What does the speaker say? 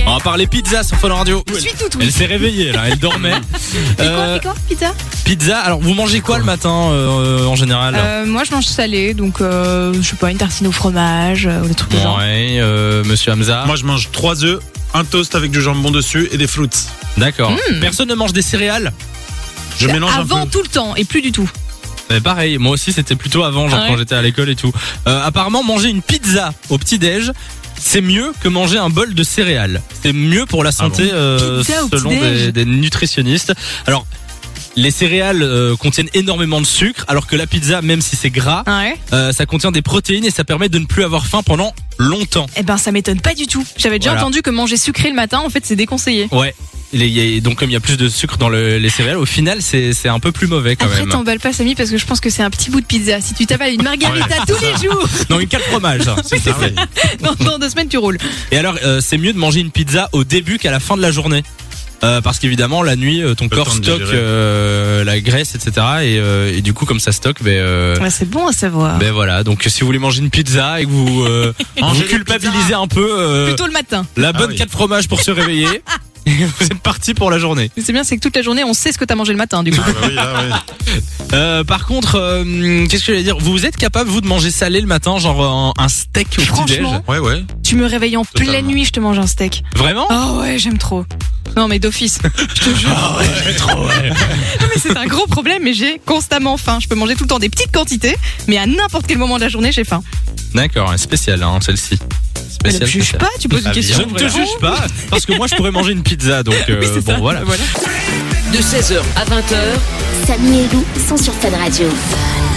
On va parler pizza sur Fun Radio. Je suis tout. Elle s'est réveillée là, elle dormait. Fais quoi, pizza? Pizza, alors vous mangez quoi le matin en général? Moi je mange salé, donc je sais pas, une tartine au fromage ou des trucs de genre. Ouais, monsieur Hamza. Moi, je mange 3 œufs, un toast avec du jambon dessus et des fruits. D'accord. Personne ne mange des céréales? Je mélange Avant un peu. tout le temps et plus du tout. Mais pareil, moi aussi c'était plutôt avant, genre Ouais. quand j'étais à l'école et tout. Apparemment, manger une pizza au petit-déj, c'est mieux que manger un bol de céréales. C'est mieux pour la santé Pizza au selon petit-déj. des nutritionnistes. Alors, les céréales contiennent énormément de sucre, alors que la pizza, même si c'est gras, Ouais. ça contient des protéines et ça permet de ne plus avoir faim pendant longtemps. Eh ben ça m'étonne pas du tout. J'avais déjà Voilà. entendu que manger sucré le matin, en fait, c'est déconseillé. Ouais. Donc comme il y a plus de sucre dans les céréales, au final c'est un peu plus mauvais quand Après, même. t'emballes pas, Samy, parce que je pense que c'est un petit bout de pizza. Si tu t'avales une margarita tous les jours, Non, une 4 fromages, hein, s'il te plaît. dans 2 semaines, tu roules. Et alors, c'est mieux de manger une pizza au début qu'à la fin de la journée. Parce qu'évidemment, la nuit, ton corps temps de stocke la graisse, etc. Et du coup, comme ça stocke, Ouais, c'est bon à savoir. ben voilà. Donc, si vous voulez manger une pizza et que vous Mangez vous culpabilisez un peu, Plutôt le matin. la bonne oui. 4 fromages pour se réveiller, vous êtes parti pour la journée. Mais c'est bien, c'est que toute la journée, on sait ce que t'as mangé le matin, du coup. Ah bah oui, là, ouais. Par contre, qu'est-ce que j'allais dire? Vous êtes capable, vous, de manger salé le matin, genre un steak au petit-déj? Franchement. Ouais. Tu me réveilles en pleine Totalement. nuit, je te mange un steak. Vraiment? Oh ouais, j'aime trop. Non mais d'office, je te jure. Ah ouais, trop, ouais. Non mais c'est un gros problème, mais j'ai constamment faim. Je peux manger tout le temps des petites quantités, mais à n'importe quel moment de la journée, j'ai faim. D'accord, spécial, hein, celle-ci. Mais Spécial, ne juge spécial. pas, tu poses une Ah, question. Je ne te vraiment. juge pas, parce que moi je pourrais manger une pizza, donc Oui, c'est bon ça. voilà. De 16h à 20h, Samy et Lou sont sur Fun Radio.